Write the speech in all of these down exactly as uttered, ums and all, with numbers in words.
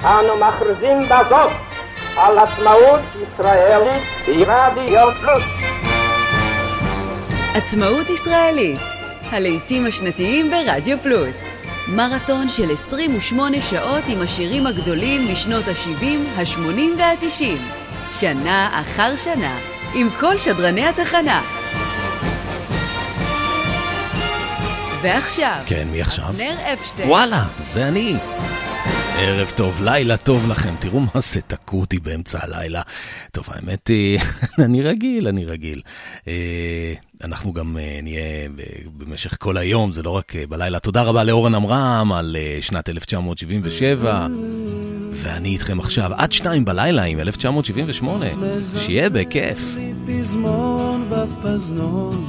אנו מכריזים בזאת על עצמאות ישראלית ברדיו פלוס. עצמאות ישראלית, הלהיטים השנתיים ברדיו פלוס. מרתון של עשרים ושמונה שעות עם השירים הגדולים משנות ה-שבעים, ה-שמונים וה-תשעים. שנה אחר שנה, עם כל שדרני התחנה. ועכשיו, כן, מי עכשיו? אבנר אפשטיין. וואלה, זה אני. ערב טוב, לילה טוב לכם. תראו מה זה, תקעו אותי באמצע הלילה. טוב, האמת היא, אני רגיל, אני רגיל. אנחנו גם נהיה במשך כל היום, זה לא רק בלילה. תודה רבה לאורן אמרם על שנת אלף תשע מאות שבעים ושבע. ואני איתכם עכשיו עד שתיים בלילה עם אלף תשע מאות שבעים ושמונה. שיהיה בכיף. פזמון בפזנון,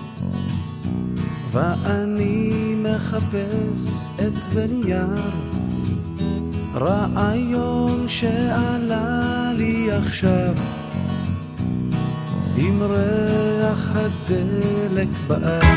ואני מחפש את ונייר, רעיון שעלה לי עכשיו, עם ריח הדלק באף.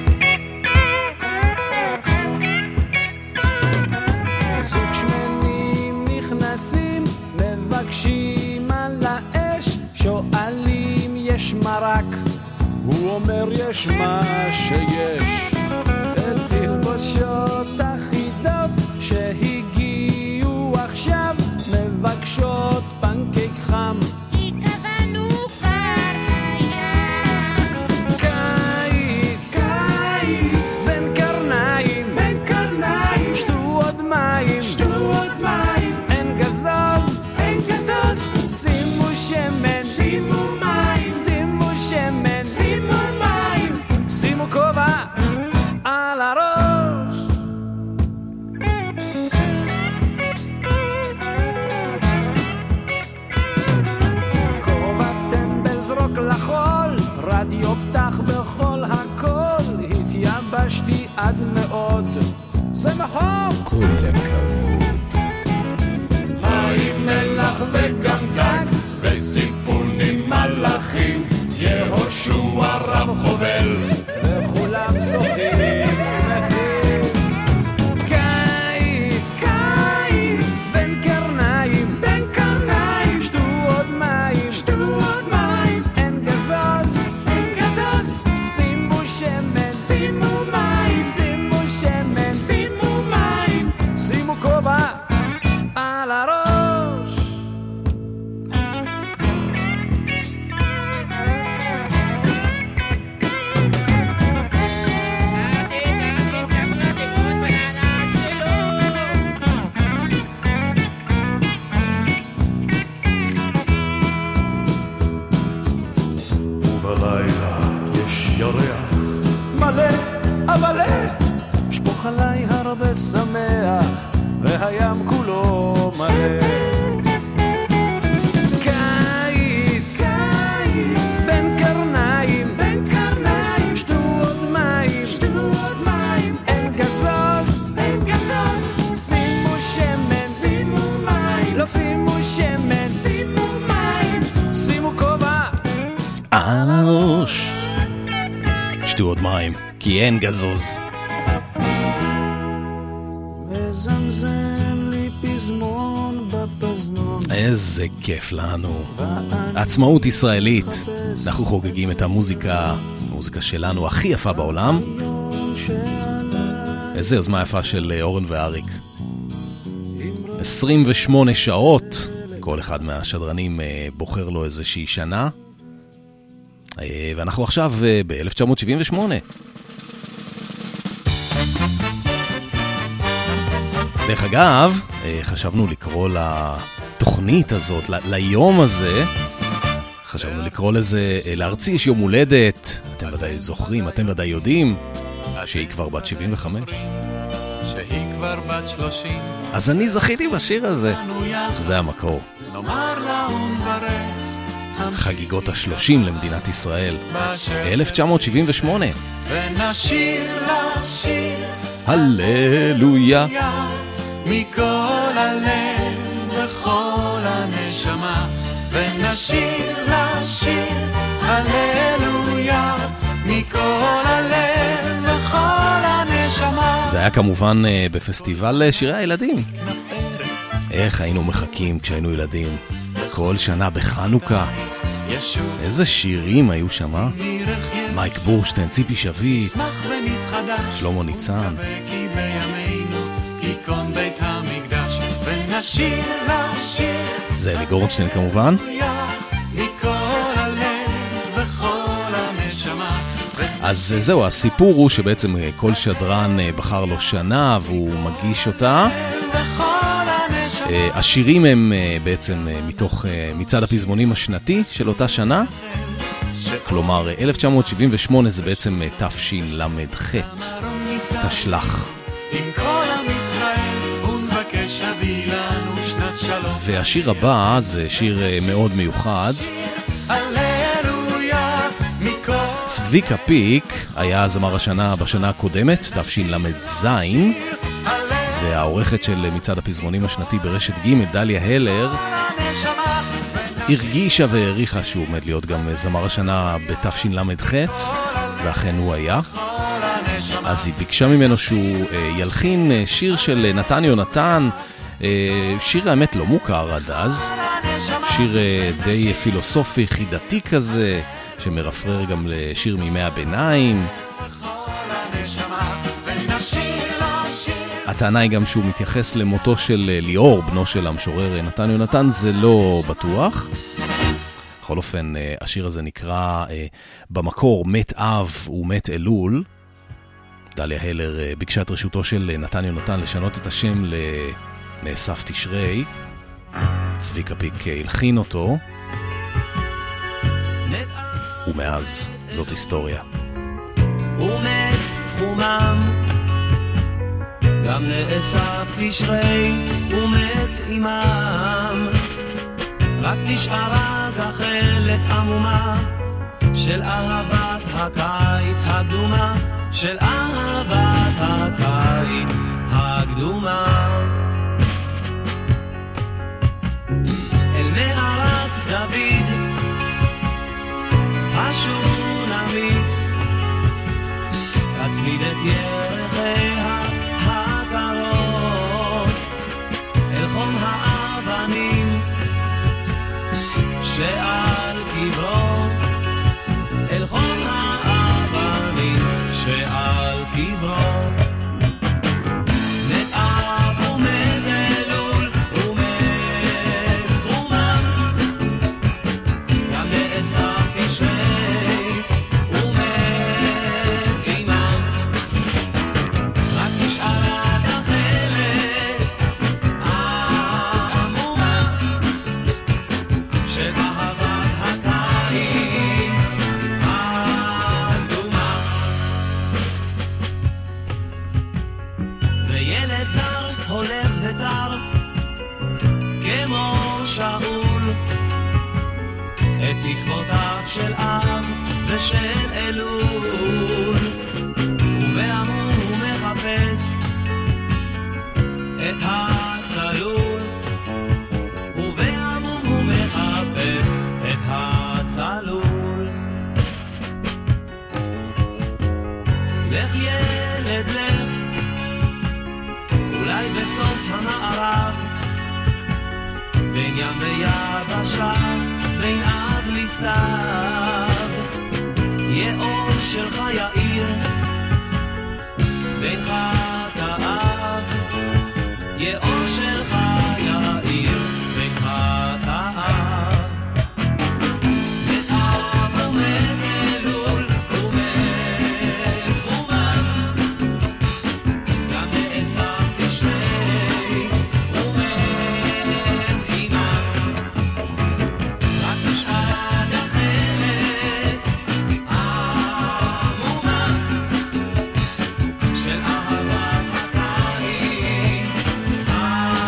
זוג שמנים נכנסים, מבקשים על האש, שואלים יש מרק, הוא אומר יש מה שיש. את תלבושות אחידות שהגיעו עכשיו, מבקשות פנקק חם, כי קבענו כבר היה. קיץ, קיץ, בין קרניים, בין קרניים, שתו עוד מים, שתו עוד מים, אין גזוז, אין גזוז, שימו שמן, שימו מים, שימו שמן, שימו מים, שימו כובע על הראש. כובע טמבל זרוק לחול, רדיו פתח בכל הכל, התייבשתי עד מאוד, זה נכון. כל הכבוד. מים מלח וגם דג וסיפונים מלאכים, יהושע רב חובל וכולם שוחים שמחים. קיץ, קיץ, בין קרניים, בין קרניים, שתו עוד מים, שתו עוד מים, אין גזוז, אין גזוז, שימו שמן, שימו מים, שימו שמן, שימו מים, שימו כובע על הראש. ובלילה יש ירח מלא אבל שפוך עליי הרבה שמח, והים כולו מלא. קיץ, קיץ, בין קרניים, בין קרניים, שתו עוד מים, שתו עוד מים, אין גזוז, אין גזוז, שימו שמן, שימו מים, לא שימו שמן, שימו מים, שימו כובע על הראש. שתו עוד מים, כי אין גזוז. מזמזם לי פזמון בפזנון, איזה כיף לנו. עצמאות ישראלית. אנחנו חוגגים את המוזיקה, המוזיקה שלנו הכי יפה בעולם. איזה יוזמה יפה של אורן ואריק. עשרים ושמונה שעות, כל אחד מהשדרנים בוחר לו איזושהי שנה, ואנחנו עכשיו ב-אלף תשע מאות שבעים ושמונה. דרך אגב, חשבנו לקרוא לתוכנית הזאת, ל- ליום הזה, חשבנו לקרוא לזה, לארצי יש יום הולדת, אתם ודאי זוכרים, אתם ודאי יודעים, שהיא כבר בת שבעים וחמש. שהיא כבר בת שלושים. אז אני זכיתי בשיר הזה, זה המקור. נאמר לה ונברך, חגיגות השלושים למדינת ישראל, אלף תשע מאות שבעים ושמונה. ונשיר לה שיר הללויה מכל הלב וכל הנשמה, ונשיר לה שיר הללויה מכל הלב וכל הנשמה. זה היה כמובן בפסטיבל שירי הילדים. איך היינו מחכים כשהיינו ילדים, כל שנה בחנוכה. איזה שירים היו שם, אה? מייק בורשטיין, ציפי שביט, שלמה ניצן. זה אלי גורנשטיין כמובן. אז זהו, הסיפור הוא שבעצם כל שדרן בחר לו שנה והוא מגיש אותה. השירים הם בעצם מתוך מצעד הפזמונים השנתי של אותה שנה. כלומר, אלף תשע מאות שבעים ושמונה זה בעצם תשל"ח, תשל"ח. והשיר הבא זה שיר מאוד מיוחד. צביקה פיק היה זמר השנה בשנה הקודמת, תשל"ז, והעורכת של מצעד הפזמונים השנתי ברשת ג' דליה הלר הרגישה והעריכה שהוא עומד להיות גם זמר השנה בתשל"ח, ואכן הוא היה. אז היא ביקשה ממנו שהוא ילחין שיר של נתן יונתן, שיר האמת לא מוכר עד אז, שיר די פילוסופי חידתי כזה, שמרפרר גם לשיר מימי הביניים. הטענה היא גם שהוא מתייחס למותו של ליאור, בנו של המשורר נתן יונתן, זה לא בטוח. בכל אופן, השיר הזה נקרא במקור מת אב ומת אלול. דליה הלר ביקשה את רשותו של נתן יונתן לשנות את השם לנאסף תשרי. צביקה פיק הלחין אותו. ומאז זאת היסטוריה. ומת חומם גם נאסף תשרי ומת אימם, רק נשארה גחלת עמומה של אהבת הקיץ הקדומה, של אהבת הקיץ הקדומה. אל מערת דוד השונמית תצמיד את ירחיה הקרות אל חום האבנים שעל קברו, אל חום האבנים שעל קברו. מת אב ומת אלול ומת חומם גם נאסף תשרי ומת אימם, רק נשארה גחלת עמומה של אהבת הקיץ הקדומה. וילד זר הולך ותר כמו שאול את תקוותיו של עם ושל אלול, ובעמום הוא מחפש את הצלול, ובעמום הוא מחפש את הצלול. לך ילד לך, אולי בסוף המערב, בין ים ויבשה, בין אב לסתיו, יהיה אור שלך יאיר, בינך תאב, יהיה אור שלך יאיר, בינך תאב. מת אב ומת אלול ומת חומם גם נאסף תשרי ומת אימם, רק נשארה גחלת עמומה של אהבת הקיץ הקדומה.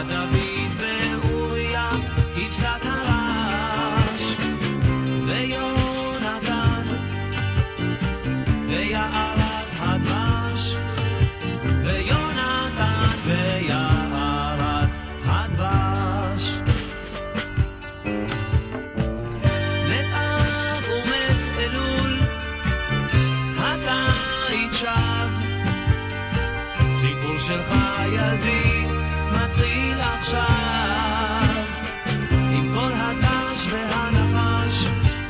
דוד ואוריה כבשת הרש, ויונתן ויערת הדבש, ויונתן ויערת הדבש. מת אב ומת אלול, הקיץ שב, סיפור שלך ילדי מתחיל עכשיו, עם כל הדש והנחש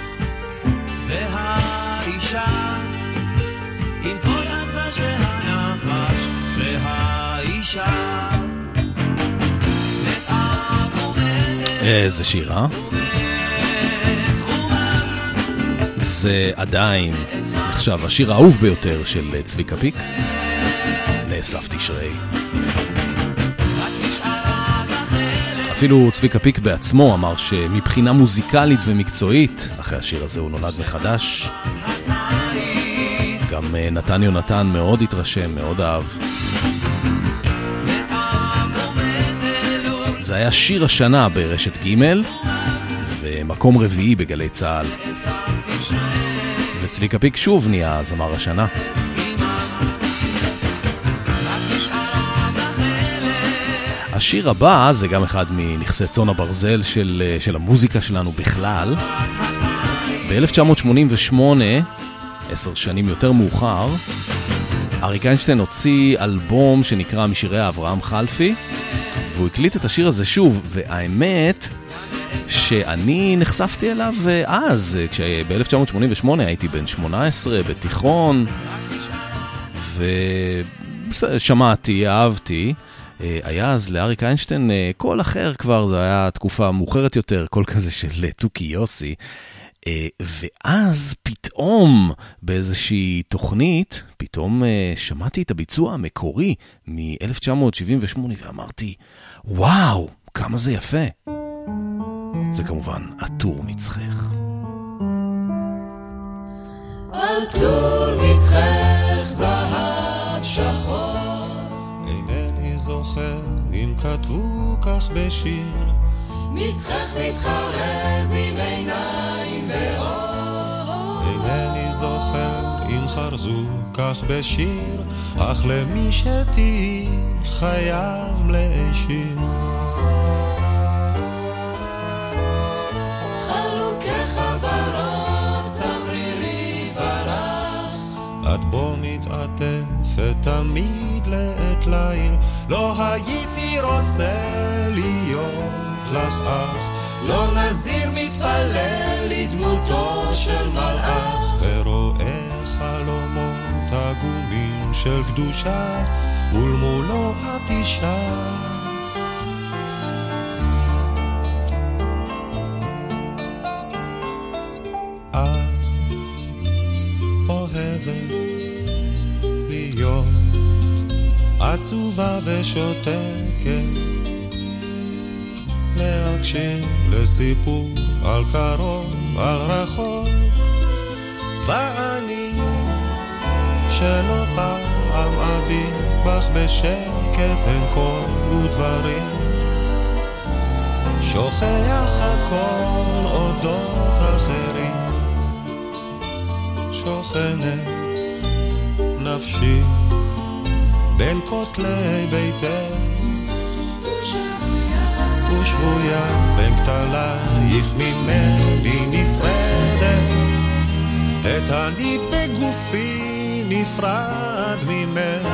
והאישה, עם כל הדבש והנחש והאישה. מת אב ומת איזה שירה. ומת חומם, זה עדיין נחשב השיר האהוב ביותר של צביקה פיק, נאסף תשרי. רק נשארה בחלק אפילו צביקה פיק בעצמו אמר שמבחינה מוזיקלית ומקצועית, אחרי השיר הזה הוא נולד מחדש. גם אה, נתן יונתן מאוד התרשם, מאוד אהב. זה היה שיר השנה ברשת ג' ומקום רביעי בגלי צהל. וצביקה פיק שוב נהיה זמר השנה. השיר הבא זה גם אחד מנכסי צאן הברזל של, של המוזיקה שלנו בכלל. ב-אלף תשע מאות שמונים ושמונה, עשר שנים יותר מאוחר, אריק איינשטיין הוציא אלבום שנקרא משירי אברהם חלפי, והוא הקליט את השיר הזה שוב, והאמת שאני נחשפתי אליו אז, כשב-אלף תשע מאות שמונים ושמונה הייתי בן שמונה עשרה בתיכון, ושמעתי, אהבתי. היה אז לאריק איינשטיין קול אחר כבר, זה היה תקופה מאוחרת יותר, קול כזה של תוקי יוסי. ואז פתאום באיזושהי תוכנית, פתאום שמעתי את הביצוע המקורי מ-אלף תשע מאות שבעים ושמונה ואמרתי, וואו, כמה זה יפה. זה כמובן עטור מצחך. עטור מצחך זהב שחור, אינני זוכר אם כתבו כך בשיר, מצחך מתחרז עם עיניים ואור. אינני זוכר אם חרזו כך בשיר, אך למי שתהי חייב להשאיר. חלוקי חברות צמרירי ורח, את בו מתעטפת תמיד לעת ליל, לא הייתי רוצה להיות לך אח, לא נזיר מתפלל לדמותו של מלאך, ורואה חלומות עגומים של קדושה, ולמולו את אישה. את אוהבת להיות עצובה ושותקת, להקשיב לסיפור על קרוב, על רחוק, ואני שלא פעם אביט בך בשקט, אין כל ודברים, שוכח הכל אודות אחרים, שוכנת נפשי בין כותלי ביתך, ושבויה בין כתלייך ממני נפרדת, את אני בגופי נפרד ממך,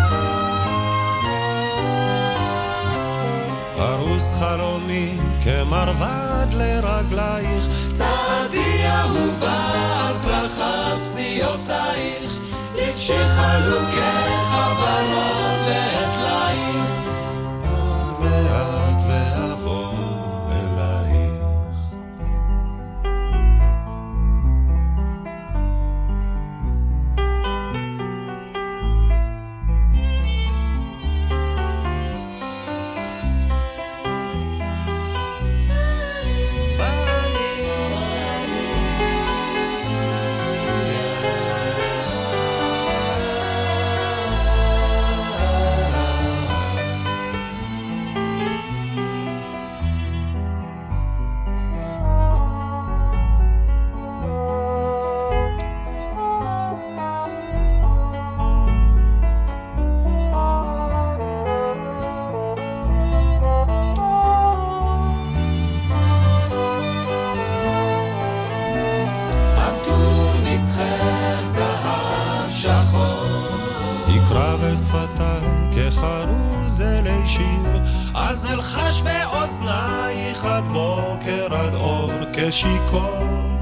ארוס חלומי כמרבד לרגלייך, צעדי אהובה על פרחת פציעותייך, לפשי חלוקי חברות לעת ליל, עוד מעט ואבוא אלייך. יקרא בשפתיי כחרוז אלי שיר, אז אלחש באוזנייך עד בוקר עד אור כשיקור.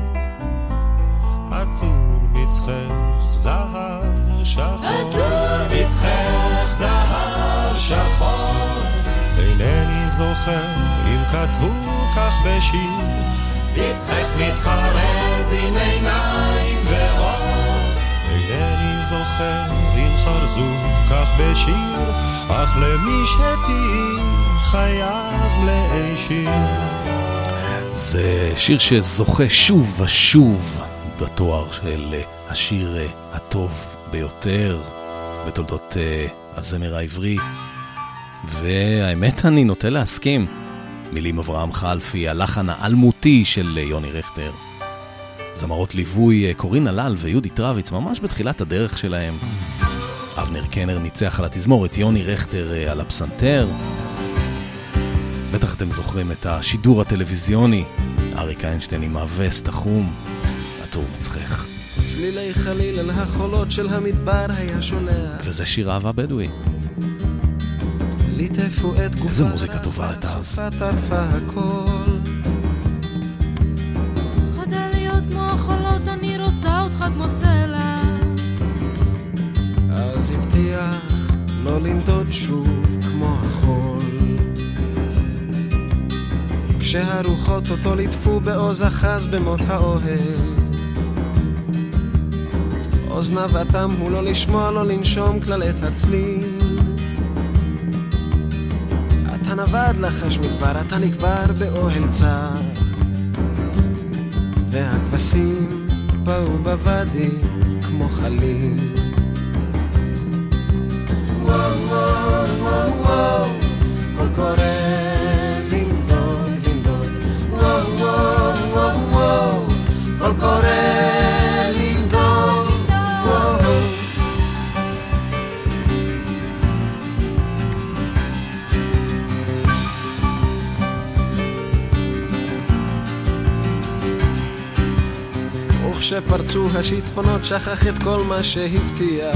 עטור מצחך זהב שחור, עטור מצחך זהב שחור, אינני זוכר אם כתבו כך בשיר, מצחך מתחרז עם עיניים ואור. אינני זוכר אם חרזו כך בשיר, אך למי שתהי חייב מלאי שיר. זה שיר שזוכה שוב ושוב בתואר של השיר הטוב ביותר בתולדות הזמר העברי, והאמת אני נוטה להסכים. מילים אברהם חלפי, הלחן האלמותי של יוני רכטר, זמרות ליווי קורין הלל ויהודית רביץ ממש בתחילת הדרך שלהם. אבנר קנר ניצח על התזמורת, יוני רכטר על הפסנתר. בטח אתם זוכרים את השידור הטלוויזיוני, אריק איינשטיין עם הווסט החום, עטור מצחך. צלילי חליל על החולות של המדבר היה שולח, וזה שיר אהבה בדואי. ליטפו את גופה, איזה מוזיקה טובה הייתה אז. טרפה הכל, חדל להיות כמו החולות, אני רוצה אותך כמו סלע. אז הבטיח לא לנדוד שוב כמו החול, כשהרוחות אותו ליטפו בעוז אחז במות האוהל, אוזניו אטם הוא לא לשמוע לא לנשום כלל את הצליל. אתה נבד לחש מדבר, אתה נקבר באוהל צר, והכבשים באו בוואדי כמו חליל. וואו וואו וואו וואו, קול קורא לנדוד לנדוד, וואו וואו וואו וואו, קול קורא לנדוד וואו. וכשפרצו השיטפונות שכח את כל מה שהבטיח,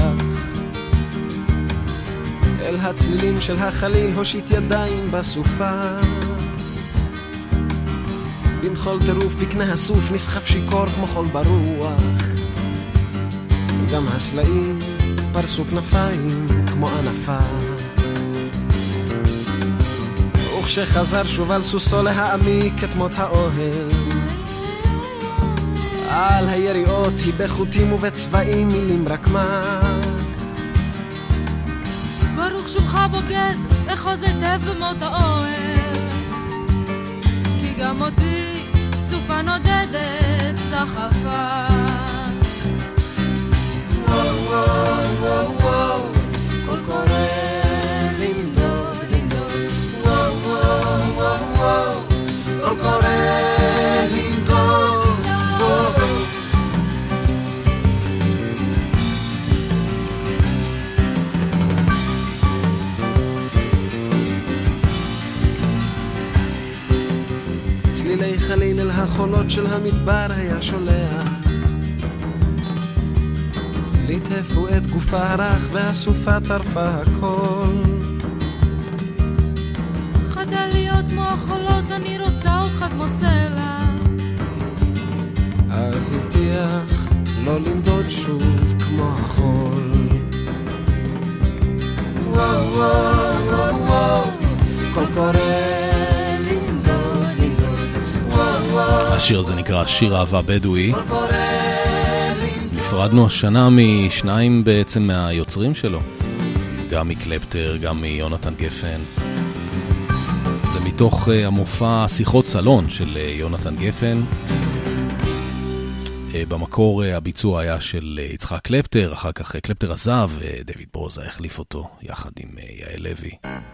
אל הצלילים של החליל הושיט ידיים בסופה, בנחול טירוף בקנה הסוף נסחף שיקור כמו חול ברוח, גם הסלעים פרסו כנפיים כמו ענפה. וכשחזר שוב על סוסו להעמיק את מות האוהל, על היריעות היא בחוטים ובצבעים מילים רק מה, ברוך שובך בוגד, אחוז היטב במות האוהל, כי גם אותי סופה נודדת סחפה. וואו וואו וואו וואו, קול קורא לנדוד לנדוד, וואו וואו וואו וואו, קול קורא לנדוד וואו. צלילי חליל אל החולות של המדבר היה שולח, ליטפו את גופה הרך והסופה טרפה הכל, חדל להיות כמו החולות, אני רוצה אותך כמו סלע. אז הבטיח לא לנדוד שוב כמו החול. וואו וואו וואו וואו, קול קורא לנדוד לנדוד, וואו וואו. השיר הזה נקרא שיר אהבה בדואי. נפרדנו השנה משניים בעצם מהיוצרים שלו, גם מקלפטר, גם מיונתן גפן. זה מתוך המופע שיחות סלון של יונתן גפן. במקור הביצוע היה של יצחק קלפטר, אחר כך קלפטר עזב ודויד ברוזה החליף אותו יחד עם יעל לוי.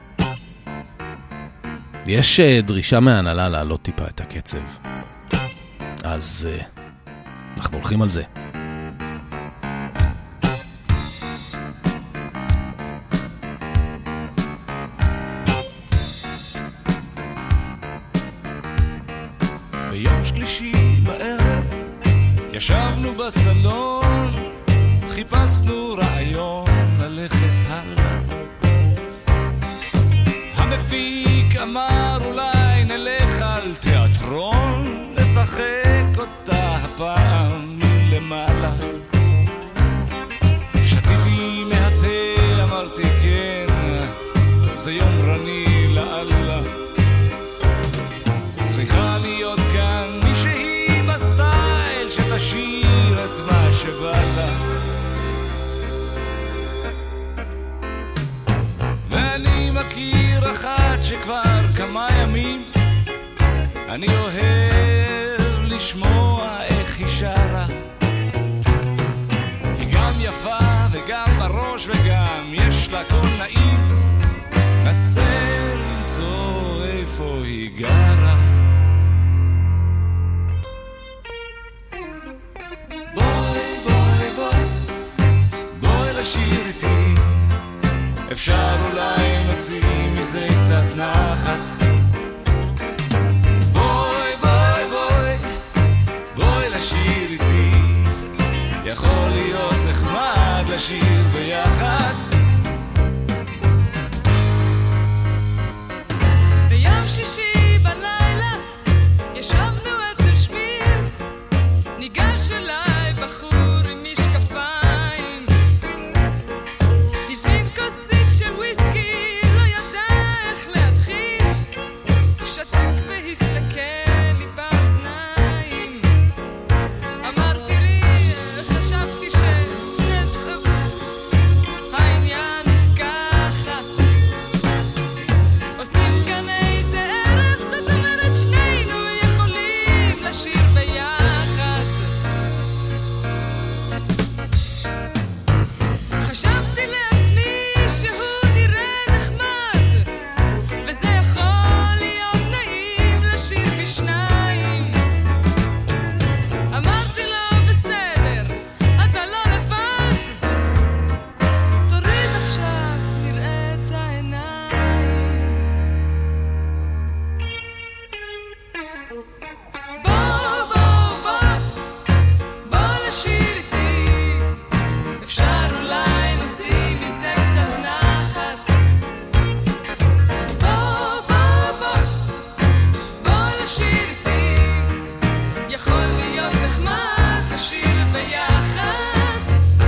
יש דרישה מההנהלה להעלות טיפה את הקצב, אז אנחנו הולכים על זה. ביום שלישי בערב ישבנו בסלון, חיפשנו רעיון ללכת הלאה. המפיק אמר אולי נלך על תיאטרון, לשחק אותה הפעם מלמעלה. שתיתי מהתה, אמרתי כן, זה יום רני לאללה. צריכה להיות כאן מישהי בסטייל שתשאיר את מה שבא לה. ואני מכיר אחת שכבר כמה ימים אני אוהב לשמוע איך היא שרה. היא גם יפה וגם בראש וגם יש לה קול נעים. נסה למצוא איפה היא גרה. בואי בואי בואי בואי לשיר איתי, אפשר אולי נוציא מזה קצת נחת. בואי בואי בואי בואי לשיר איתי, יכול להיות נחמד לשיר ביחד. ביום שישי בלילה ישבנו אצל שמיל, ניגש אליי בחור עם משקפיים, הזמין כוסית של וויסקי, לא ידע איך להתחיל, שתק והסתכל לי באוזניים. אמרתי לי, חשבתי שזה טוב, העניין ככה, עושים כאן איזה ערב, זאת אומרת שנינו יכולים לשיר ביחד. חשבתי לעצמי שהוא נראה נחמד, וזה יכול להיות נעים לשיר בשניים. אמרתי לו בסדר, אתה לא לבד, תוריד עכשיו נראה את העיניים. בוא בוא בוא בוא לשיר איתי, אפשר אולי נוציא מזה קצת נחת. בוא בוא בוא בוא לשיר איתי, יכול להיות נחמד לשיר ביחד.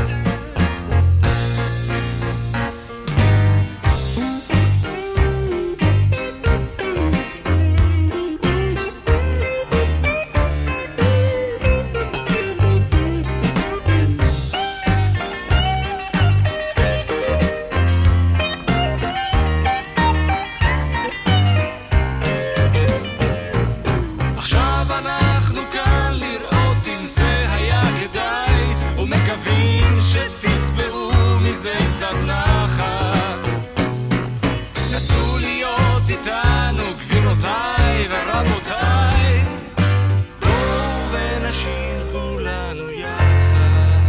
עכשיו אנחנו כאן לראות אם זה היה כדאי, ומקווים שתסברו מזה קצת נחת. נסו להיות איתנו גבירותיי ורבותיי, בואו ונשיר כולנו יחד.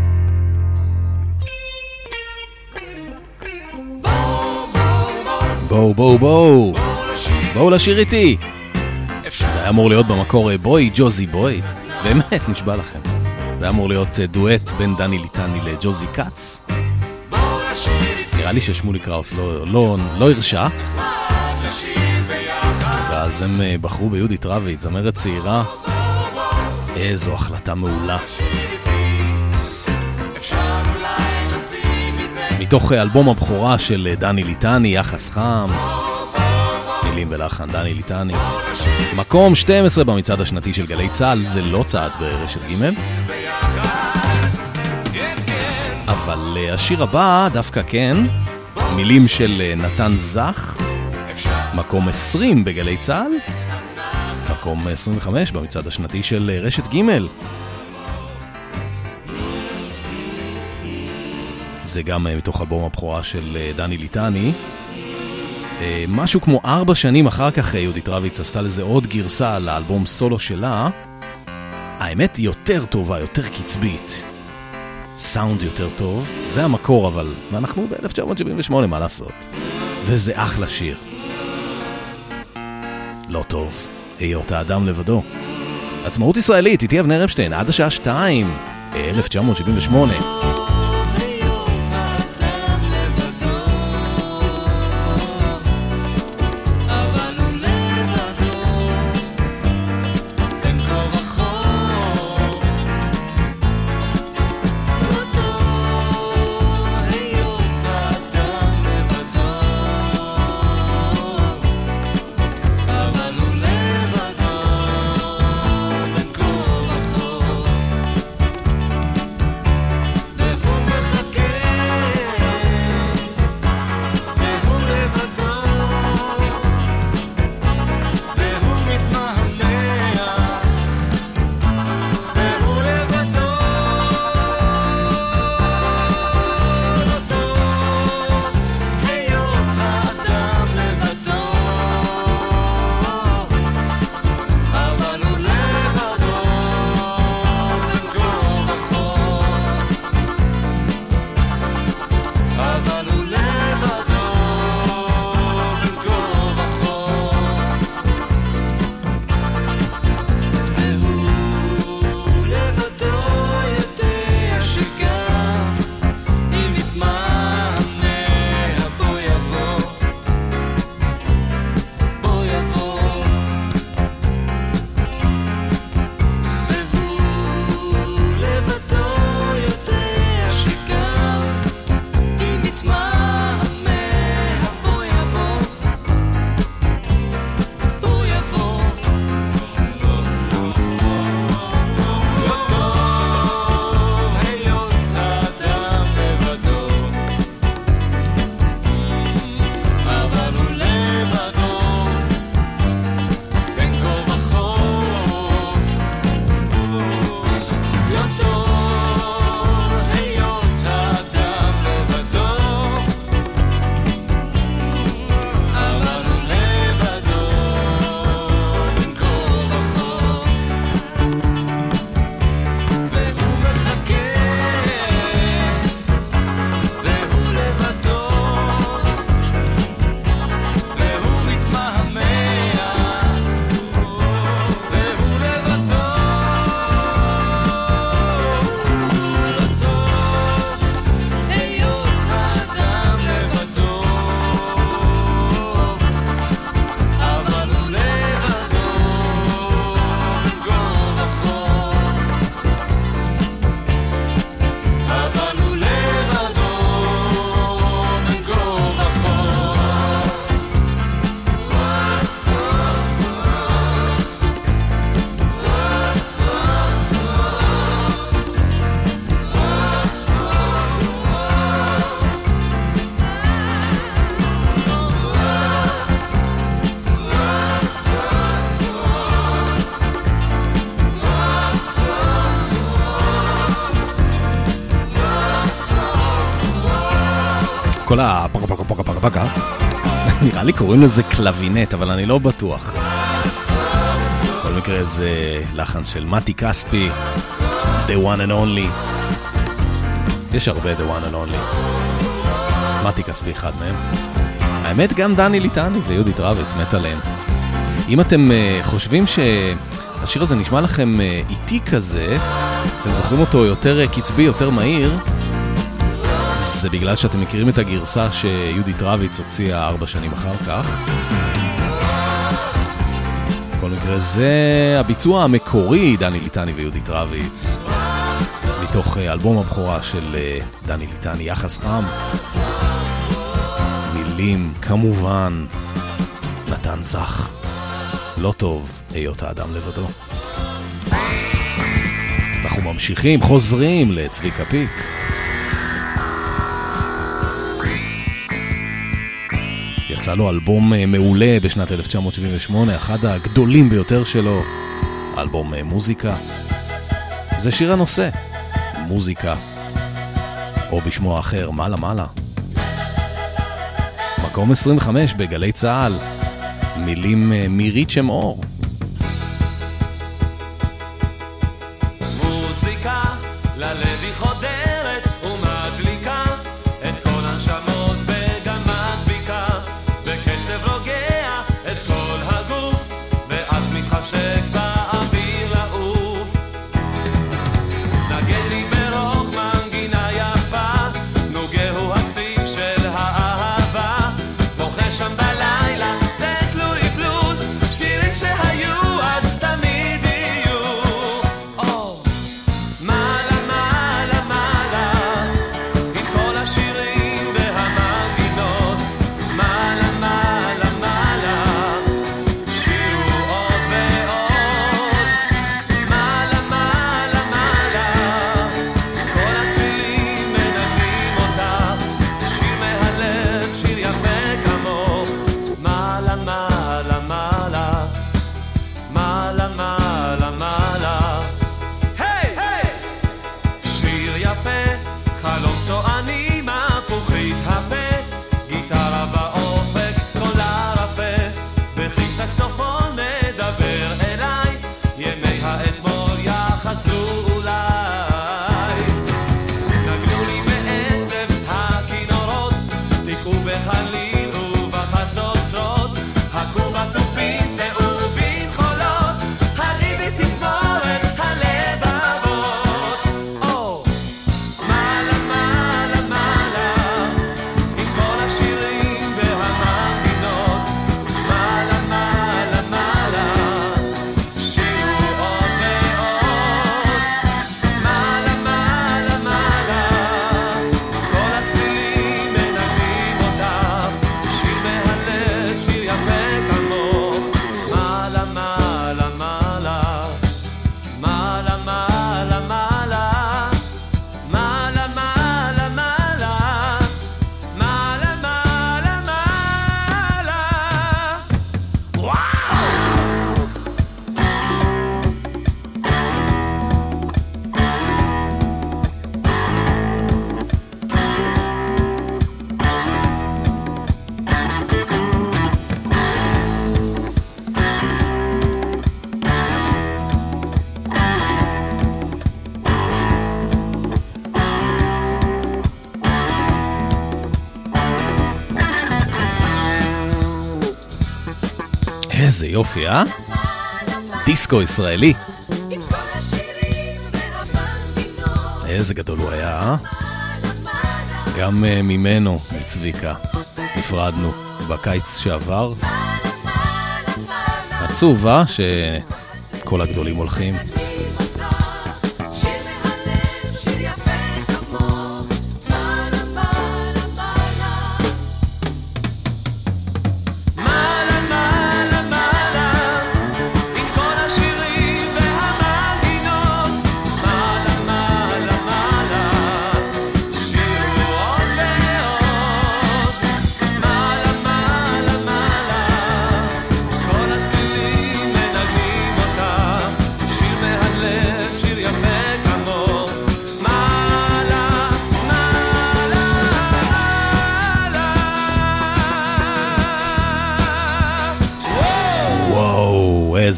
בואו בואו בואו בואו, בואו, בואו. בואו לשיר, בואו לשיר איתי. אפשר זה היה אמור להיות במקור בוי, ג'וזי בוי. באמת, נשבע לכם. זה היה אמור להיות דואט בין דני ליטני לג'וזי קאץ. בואו לשיר איתי, נראה לי ששמולי קראוס לא, לא, לא הרשה, נחמד לשיר ביחד. ואז הם אה, בחרו ביהודית רביץ, זמרת צעירה. איזו החלטה מעולה. אפשר אולי נוציא מזה מתוך אה, אלבום הבכורה של אה, דני ליטני, יחס חם. מילים ולחן דני ליטני. מקום שתים עשרה במצעד השנתי של גלי צהל, זה לא צעד ברשת ג', אבל אה, השיר הבא דווקא כן, מילים של אה, נתן זך, מקום עשרים בגלי צהל, מקום עשרים וחמש במצעד השנתי של אה, רשת ג'. זה גם אה, מתוך אלבום הבכורה של אה, דני ליטני. אה, משהו כמו ארבע שנים אחר כך אה, יהודית רביץ עשתה לזה עוד גרסה לאלבום סולו שלה. האמת היא יותר טובה, יותר קצבית, סאונד יותר טוב, זה המקור, אבל ואנחנו ב-אלף תשע מאות שבעים ושמונה, מה לעשות? וזה אחלה שיר. לא טוב, היות האדם לבדו. עצמאות ישראלית, איתי אבנר אפשטיין, עד השעה שתיים, אלף תשע מאות שבעים ושמונה. כל הפקה פקה פקה פקה פקה, נראה לי קוראים לזה קלבינט, אבל אני לא בטוח. בכל מקרה זה לחן של מתי כספי, The One and Only. יש הרבה The One and Only. מתי כספי אחד מהם. האמת גם דני ליטני ויהודית רביץ מת עליהם. אם אתם uh, חושבים שהשיר הזה נשמע לכם uh, איטי כזה, אתם זוכרים אותו יותר uh, קצבי, יותר מהיר, זה בגלל שאתם מכירים את הגרסה שיהודית רביץ הוציאה ארבע שנים אחר כך. בכל מקרה זה הביצוע המקורי, דני ליטני ויהודית רביץ, מתוך uh, אלבום הבכורה של uh, דני ליטני, יחס חם. מילים כמובן נתן זך, לא טוב היות האדם לבדו. אנחנו ממשיכים, חוזרים לצביקה פיק. יצא לו אלבום מעולה בשנת אלף תשע מאות שבעים ושמונה, אחד הגדולים ביותר שלו, אלבום מוזיקה. זה שיר הנושא, מוזיקה, או בשמו האחר, מעלה מעלה. מקום עשרים וחמש בגלי צהל, מילים מירית שם אור. מוזיקה ללב היא חודרת ומדליקה את כל הנשמות וגם מדביקה בקצב רוגע את כל הגוף ואז מתחשק באוויר לעוף. נגן לי ברוך מנגינה יפה, נוגהו הצליל של האהבה, בוכה שם בלילה זה תלוי פלוס, שירים שהיו אז תמיד יהיו. או מעלה מעלה מעלה עם כל השירים והמנגינות, מעלה מעלה מעלה שירו עוד ועוד, מעלה מעלה מעלה כל הצלילים מנגנים אותך, שיר מהלב, שיר יפה כמוך, מעלה מעלה מעלה מעלה מעלה מעלה. היי היי שיר יפה, חלום צועני, מפוחית הפה, גיטרה באופק, קולה רפה, בכי סקסופון מדבר אליי, ימי האתמול יחזרו אולי. נגנו לי בעצב הכינורות, תיקעו בחליל ובחצוצרות, הכו בתופים צהובים חולות, הריבי תזמורת הלבבות. או מעלה מעלה מעלה עם כל השירים והמנגינות, מעלה מעלה מעלה שירו עוד ועוד, מעלה מעלה מעלה כל הצלילים מנגנים אותך, שיר מהלב, שיר יפה כמוך, מעלה מעלה מעלה מעלה מעלה מעלה מעלה מעלה מעלה מעלה מעלה מעלה. וואו! איזה יופי, אה? דיסקו ישראלי. איזה גדול הוא היה, אה? גם uh, ממנו, מצביקה, נפרדנו בקיץ שעבר. עצוב, אה? שכל הגדולים הולכים. מעלה מעלה מעלה עם כל השירים והמנגינות, מעלה מעלה מעלה שירו עוד ועוד, מעלה מעלה מעלה כל הצלילים מנגנים אותך, שיר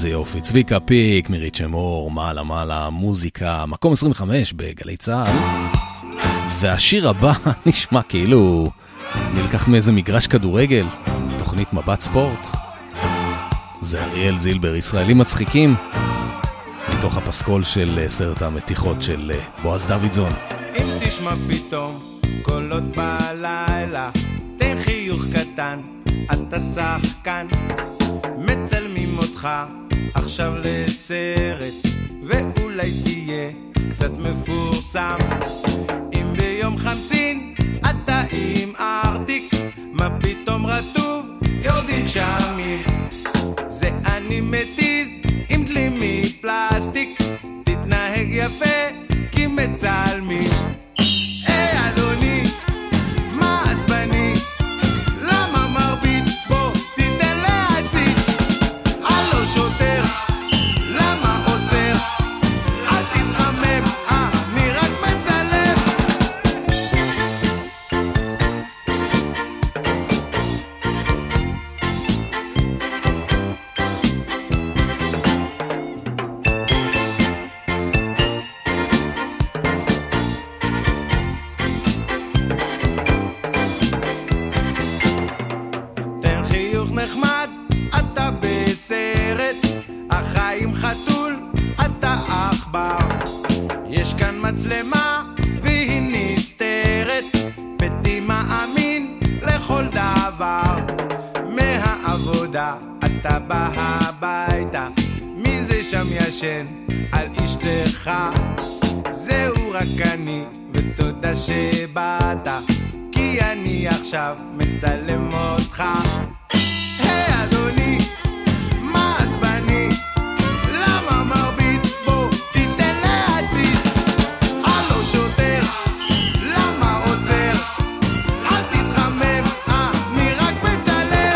איזה יופי. צביקה פיק, מירית שמור, מעלה מעלה, מוזיקה, מקום עשרים וחמש בגלי צהל. והשיר הבא נשמע כאילו נלקח מאיזה מגרש כדורגל, תוכנית מבט ספורט. זה אריאל זילבר, ישראלים מצחיקים, מתוך הפסקול של סרט המתיחות של בועז דוידזון. אם תשמע פתאום קולות בלילה, תן חיוך קטן, אתה שחקן, מצלמים אותך עכשיו לסרט, ואולי תהיה קצת מפורסם. אם ביום חמסין אתה עם ארטיק, מה פתאום רטוב יורדים שמיר, זה אני מתיז עם דלים מפלסטיק, תתנהג יפה כי מצלמים. היי אדוני, מה עצבני? למה מרביץ? בוא תיתן להציץ. הלו שוטר, למה עוצר? אל תתחמם, אני רק מצלם. תן חיוך נחמד, אתה בסרט, החיים חתול, אתה עכבר. יש כאן מצלמה והיא נסתרת, ביתי מאמין לכל דבר. מהעבודה אתה בא הביתה, מי זה שם ישן על אשתך? זהו רק אני, ותודה שבאת, כי אני עכשיו מצלם אותך. היי אדוני, מה עצבני? למה מרביץ? בוא תיתן להציץ. הלו שוטר, למה עוצר? אל תתחמם, אני רק מצלם.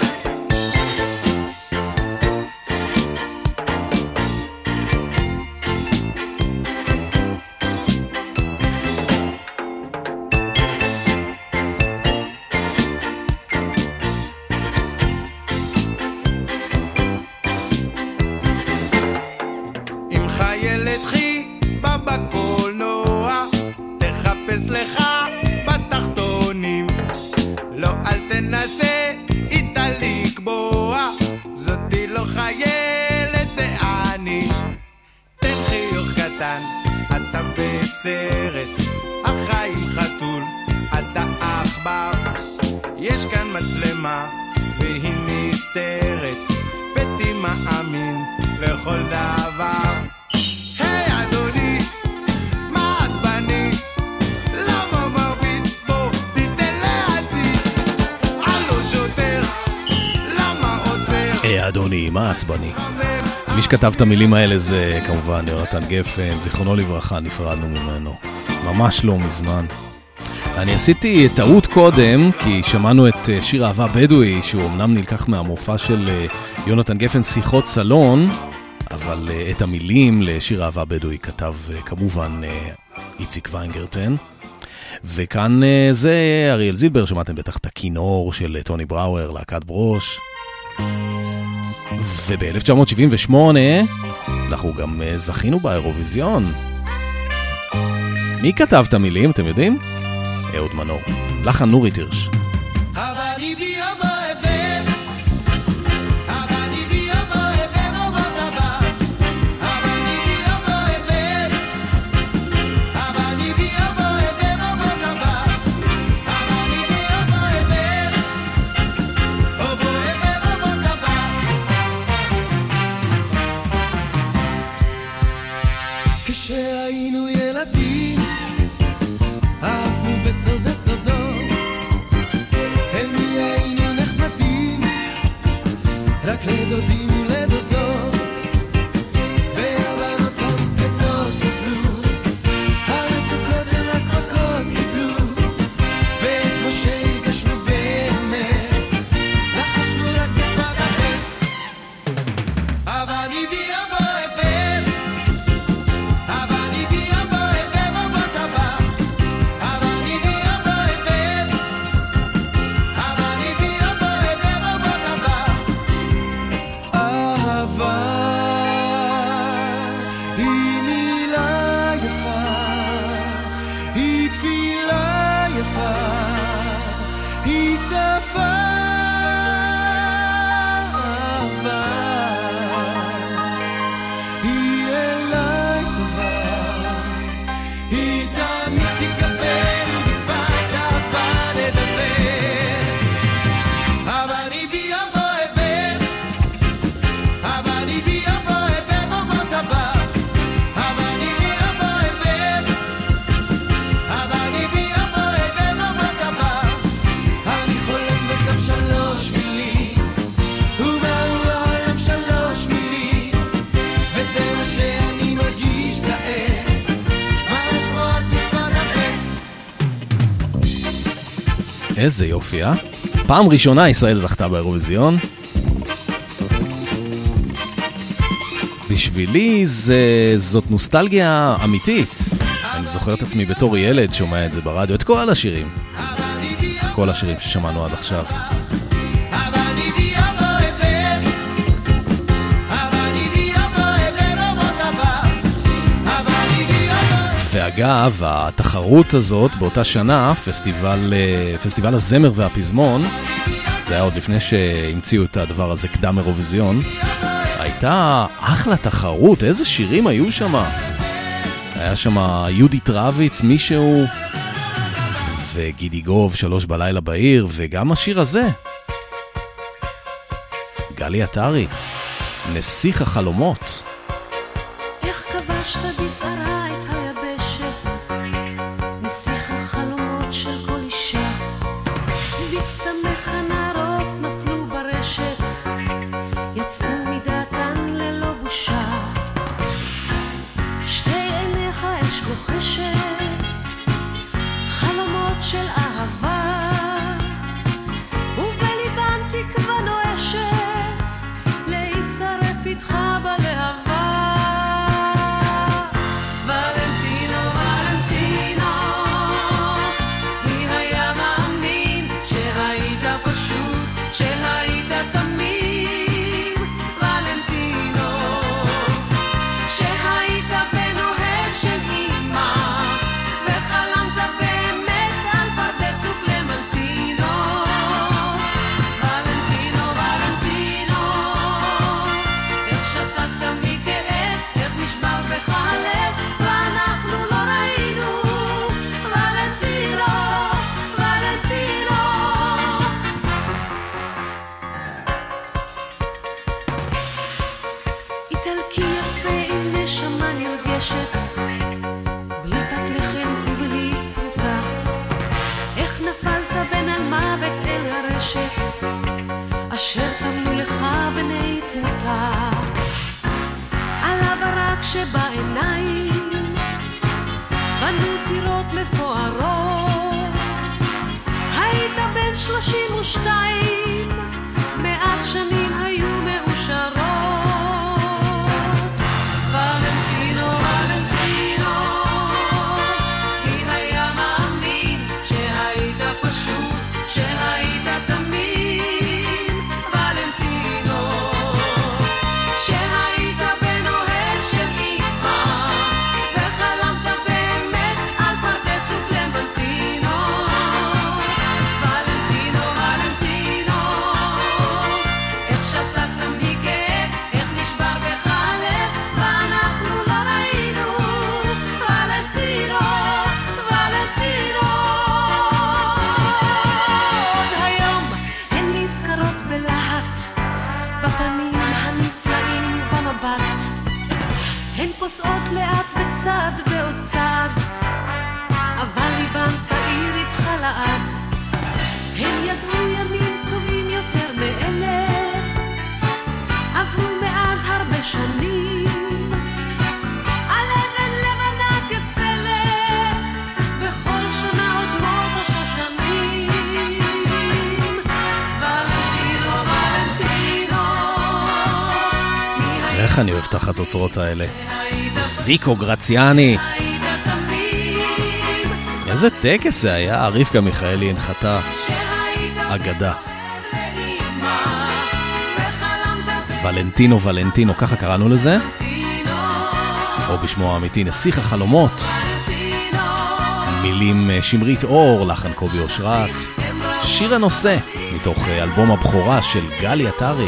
אם חיילת חיבה בקולנוע, תחפש לך בתחתונים, לא אל תנסה איתה לקבוע, זאתי לא חיילת זה אני. תן חיוך קטן, אתה בסרט, החיים חתול, אתה עכבר. יש כאן מצלמה והיא נסתרת, ביתי מאמין לכל דבר. היי אדוני, מה עצבני? למה מרביץ? בוא תיתן להציץ. הלו שוטר, למה עוצר? היי אדוני, מה עצבני? מי שכתב את המילים האלה זה כמובן יונתן גפן, זיכרונו לברכה, נפרדנו ממנו ממש לא מזמן. אני עשיתי טעות קודם, כי שמענו את שיר אהבה בדואי, שהוא אמנם נלקח מהמופע של יונתן גפן, שיחות סלון, אבל את המילים לשיר אהבה בדואי כתב כמובן איציק ויינגרטן. וכאן זה אריאל זילבר, שמעתם בטח את הכינור של טוני בראואר, להקת ברוש. וב-אלף תשע מאות שבעים ושמונה אנחנו גם זכינו באירוויזיון. מי כתב את המילים, אתם יודעים? אהוד מנור, לחן נורית הירש. כשהיינו ילדים אהבנו בסוד הסודות, אל מי היינו נחמדים, רק לדודים ולדודות, והבנות המסכנות סבלו, המצוקות הן רק מכות קיבלו, ואת משה הרגשנו באמת, לחשנו רק בשפת הבית. אבל אני בי אבו אבן, אבל אני בי אבו אבן, איזה יופי, אה? פעם ראשונה ישראל זכתה באירוויזיון. בשבילי זה, זאת נוסטלגיה אמיתית. אני זוכר את עצמי בתור ילד שומע את זה ברדיו, את כל השירים. כל השירים ששמענו עד עכשיו. ואגב, התחרות הזאת באותה שנה, פסטיבל, פסטיבל הזמר והפזמון, זה היה עוד לפני שהמציאו את הדבר הזה, קדם אירוויזיון, הייתה אחלה תחרות, איזה שירים היו שם. היה שם יהודית רביץ, מישהו, וגידי גוב, שלוש בלילה בעיר, וגם השיר הזה. גלי עטרי, נסיך החלומות. איך כבשת בזערה את היבשת, נסיך החלומות של כל אישה, וקסמך הנערות נפלו ברשת, יצאו מדעתן ללא בושה. שתי עיניך אש לוחשת, חלומות של אהבה, ובליבן תקווה נואשת, להישרף איתך בלהבה. אשר תמנו לך בני תמותה, על הברק שבעיניים בנו טירות מפוארות. היית בן שלושים ושתיים, מעט שנים היו מאושרות. ולנטינו, ולנטינו, מי היה מאמין שהיית פשוט, שהיית תמיד. פוסעות לאט בצד ועוד צד, אבל ליבם צעיר איתך לעד. הם ידעו ימים טובים יותר מאלה, עברו מאז הרבה שנים, על אבן לבנה כפלא, בכל שנה עוד מות השושנים. ולנטינו, ולנטינו, איך אני אוהב את החצוצרות האלה. זיקו גרציאני, איזה טקס זה היה. רבקה מיכאלי הנחתה אגדה. ולנטינו ולנטינו, ככה קראנו לזה, או בשמו האמיתי נסיך החלומות. מילים שמרית אור, לחן קובי אושרת, שיר הנושא מתוך אלבום הבכורה של גלי עטרי.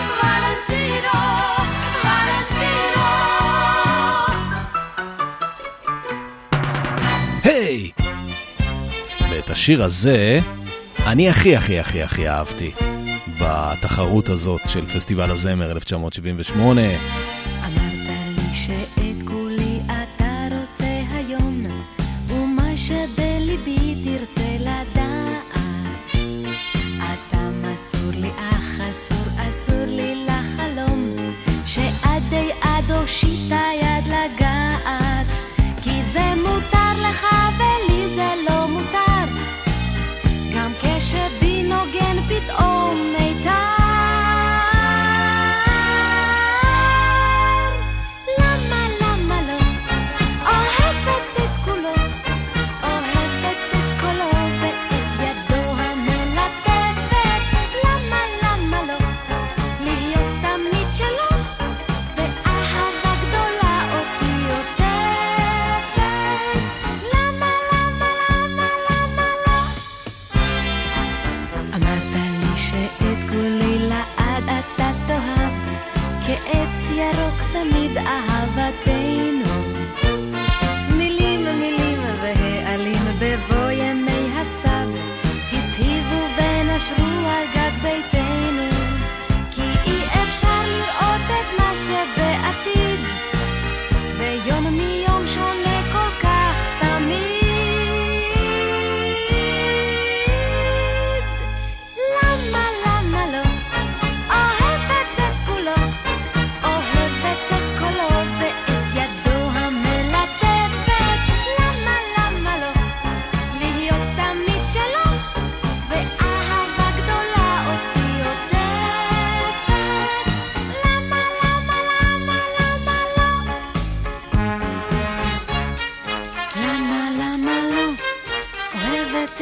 היי! ואת השיר הזה אני הכי הכי הכי הכי אהבתי בתחרות הזאת של פסטיבל הזמר אלף תשע מאות שבעים ושמונה. אמרת לי שאת כולי אתה רוצה היום, ומה שבליבי תרצה לדעת. אתה מסור לי אך אסור אסור לי לחלום, שעדי עד הושיטה יד לגעת. כי זה מותר לך ולי זה לא מותר, גם כש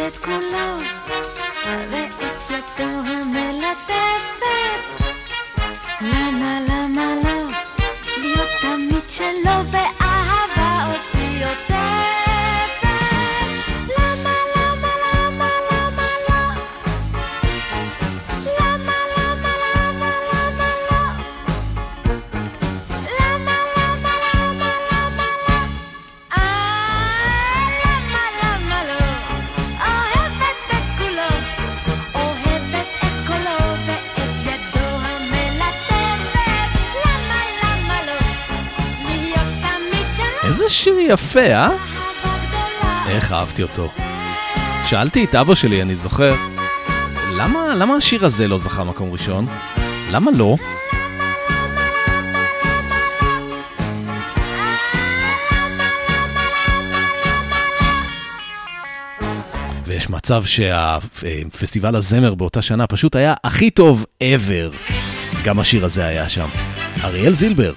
את כולו ואת ידו המלטפת. למה, למה לא להיות תמיד שלו ואהבה אותי עוטפת? למה, למה, למה, למה לא? למה, למה, למה, למה לא? למה, למה, למה, למה לא? אה, למה, למה לא? אוהבת את כולו, אוהבת את קולו ואת ידו המלטפת. למה, למה לא להיות תמיד שלו? איזה שיר יפה, אה? איך אהבתי אותו. שאלתי את אבא שלי, אני זוכר, למה, למה השיר הזה לא זכה מקום ראשון? למה לא? ויש מצב שהפסטיבל הזמר באותה שנה פשוט היה הכי טוב ever. גם השיר הזה היה שם. אריאל זילבר.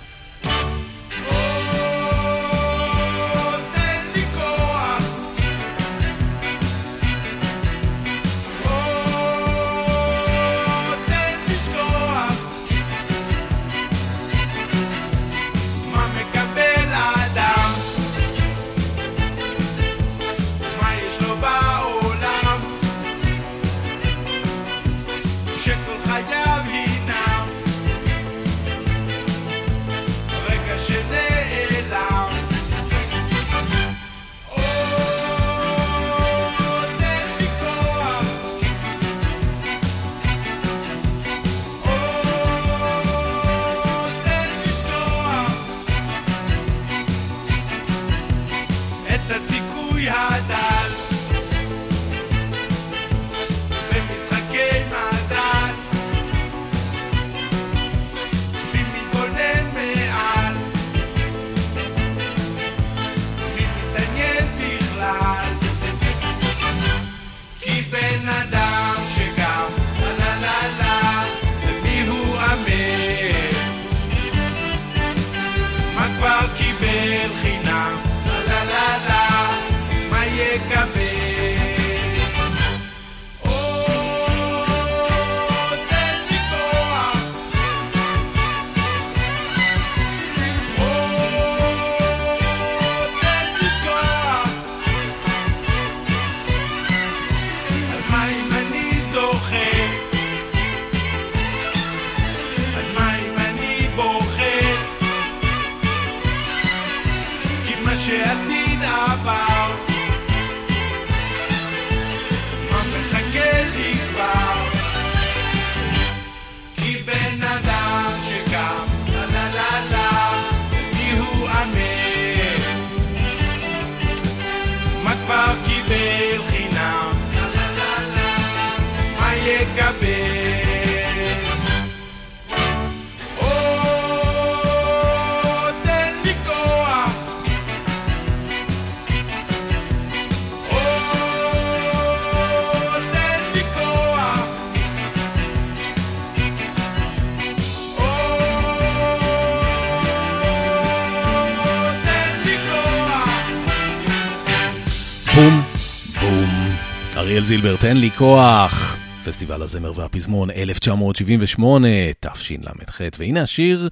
בום, בום. אריאל זילבר, תן לי כוח. פסטיבל הזמר והפזמון אלף תשע מאות שבעים ושמונה, תשל"ח. והנה השיר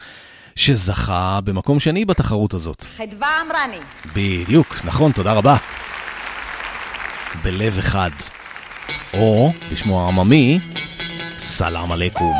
שזכה במקום שני בתחרות הזאת. חדווה אמרני. בדיוק, נכון, תודה רבה. בלב אחד. או, בשמו העממי, סלאם עליכום.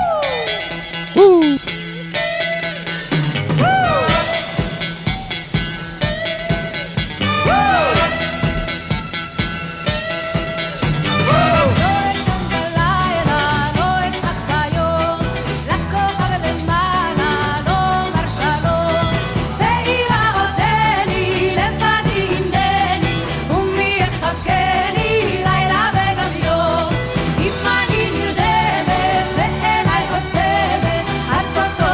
אם אני נרדמת ואליי עוצמת, את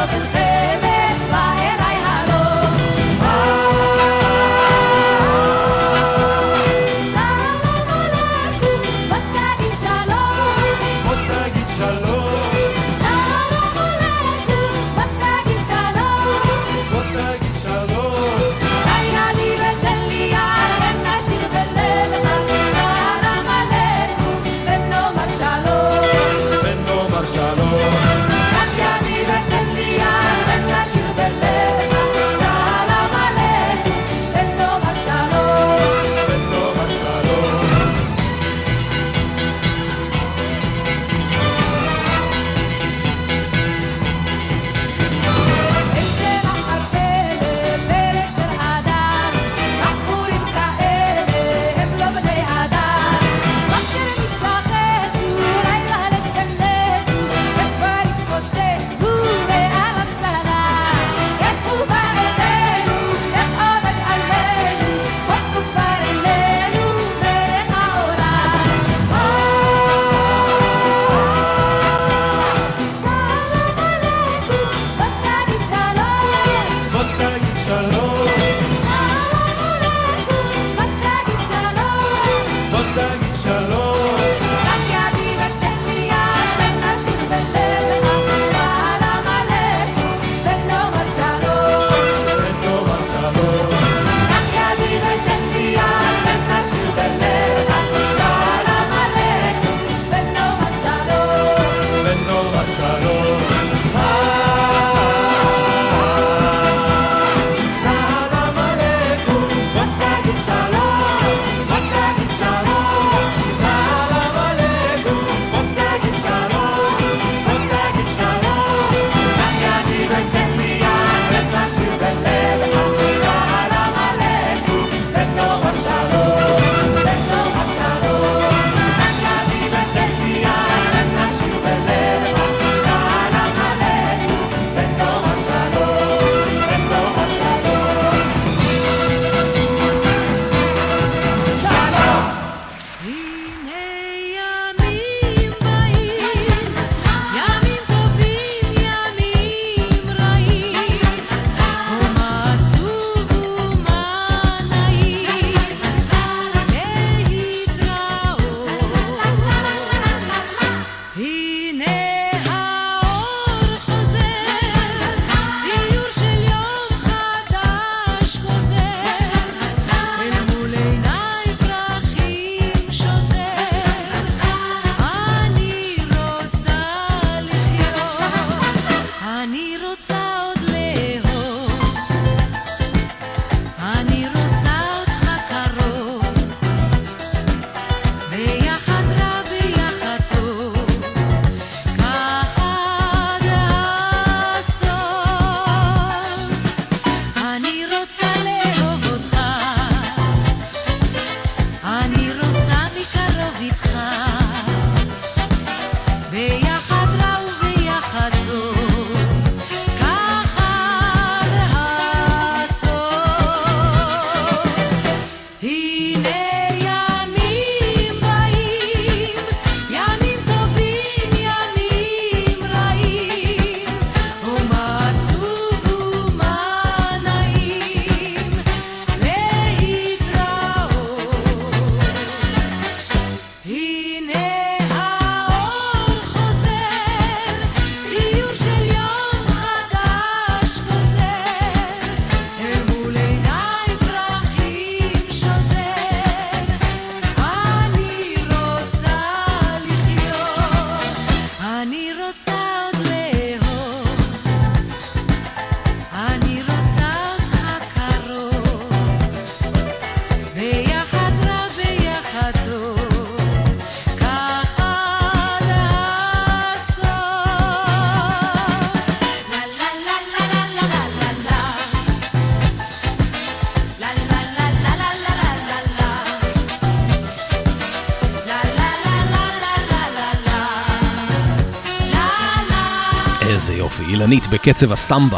איזה יופי, אילנית בקצב הסמבה.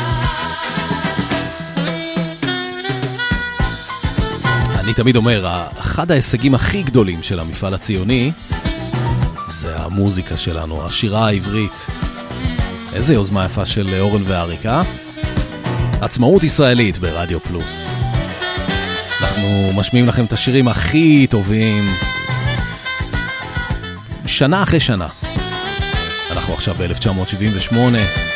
אני תמיד אומר, אחד ההישגים הכי גדולים של המפעל הציוני זה המוזיקה שלנו, השירה העברית. איזה יוזמה יפה של אורן ואריקה. עצמאות ישראלית ברדיו פלוס. אנחנו משמיעים לכם את השירים הכי טובים שנה אחרי שנה. אנחנו עכשיו ב-אלף תשע מאות שבעים ושמונה.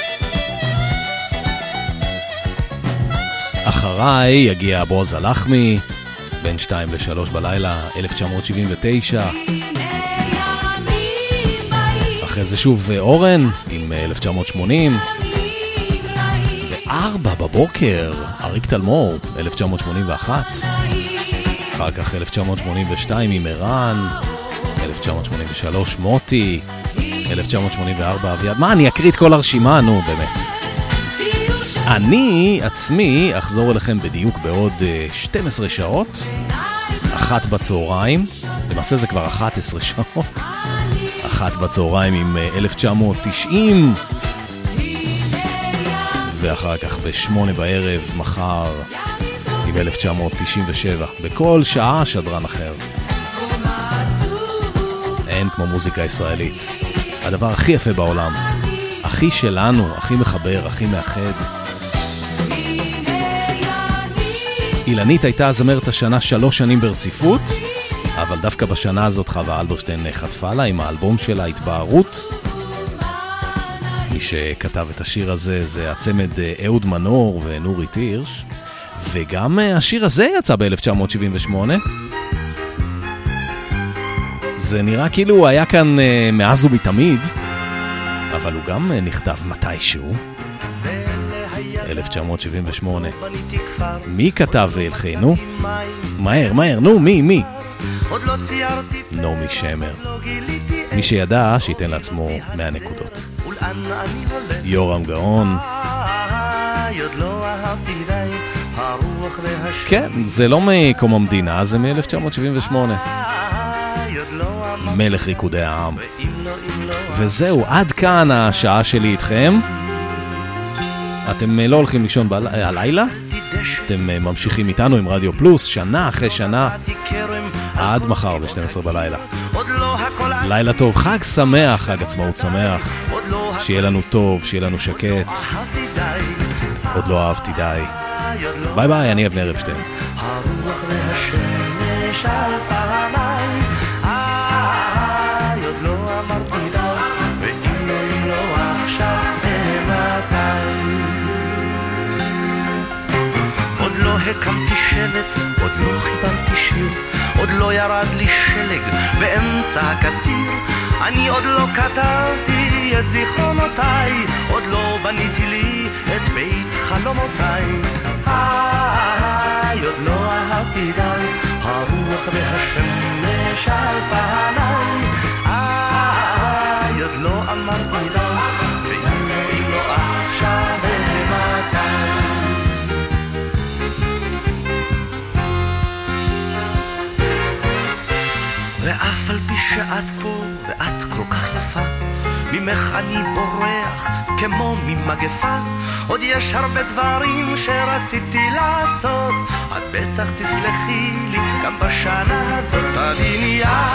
אחריי יגיע בועז הלחמי בין שתיים לשלוש בלילה, אלף תשע מאות שבעים ותשע. אחרי זה שוב אורן עם אלף תשע מאות שמונים. בארבע בבוקר אריק תלמור, אלף תשע מאות שמונים ואחת. אחר כך אלף תשע מאות שמונים ושתיים עם ערן, אלף תשע מאות שמונים ושלוש מוטי, אלף תשע מאות שמונים וארבע אביעד. מה, אני אקריא את כל הרשימה? נו, באמת. אני עצמי אחזור אליכם בדיוק בעוד שתים עשרה שעות, אחת בצהריים, למעשה זה כבר אחת עשרה שעות, אחת בצהריים עם אלף תשע מאות תשעים, ואחר כך בשמונה בערב מחר עם אלף תשע מאות תשעים ושבע, בכל שעה שדרן אחר. אין כמו מוזיקה ישראלית, הדבר הכי יפה בעולם, הכי שלנו, הכי מחבר, הכי מאחד. אילנית הייתה זמרת השנה שלוש שנים ברציפות, אבל דווקא בשנה הזאת חווה אלברשטיין חטפה לה עם האלבום שלה התבהרות. מי שכתב את השיר הזה זה הצמד אהוד מנור ונורית הירש, וגם השיר הזה יצא ב-אלף תשע מאות שבעים ושמונה. זה נראה כאילו הוא היה כאן מאז ומתמיד, אבל הוא גם נכתב מתישהו. אלף תשע מאות שבעים ושמונה. מי כתב והלחינו? מהר, מהר, נו, מי, מי? נעמי שמר. מי שידע שייתן לעצמו מאה נקודות. יורם גאון. כן, זה לא מקום המדינה, זה מ-אלף תשע מאות שבעים ושמונה. מלך ריקודי העם. וזהו, עד כאן השעה שלי איתכם. אתם לא הולכים לישון הלילה, אתם ממשיכים איתנו עם רדיו פלוס, שנה אחרי שנה, עד מחר ב-שתים עשרה בלילה. לילה טוב, חג שמח, חג עצמאות שמח, שיהיה לנו טוב, שיהיה לנו שקט. עוד לא אהבתי די. ביי ביי, אני אבנר אפשטיין. הרוח והשמש על פעמיים, עוד לא אמרתי די, ואם לא אם לא עכשיו ומתי. עוד לא הקמתי שלט, עוד לא חיברתי שיר, עוד לא ירד לי שלג באמצע הקציר, אני עוד לא כתבתי את זיכרונותיי, עוד לא בניתי לי את בית חלומותיי. איי, עוד לא אהבתי די, הרוח והשמש על פעמיים. איי, עוד לא אמרתי די, ואם לא עכשיו ומתי. ואף על פי שאת פה ואת כל כך יפה, ממך אני בורח כמו ממגפה, עוד יש הרבה דברים שרציתי לעשות, את בטח תסלחי לי גם בשנה הזאת. תביני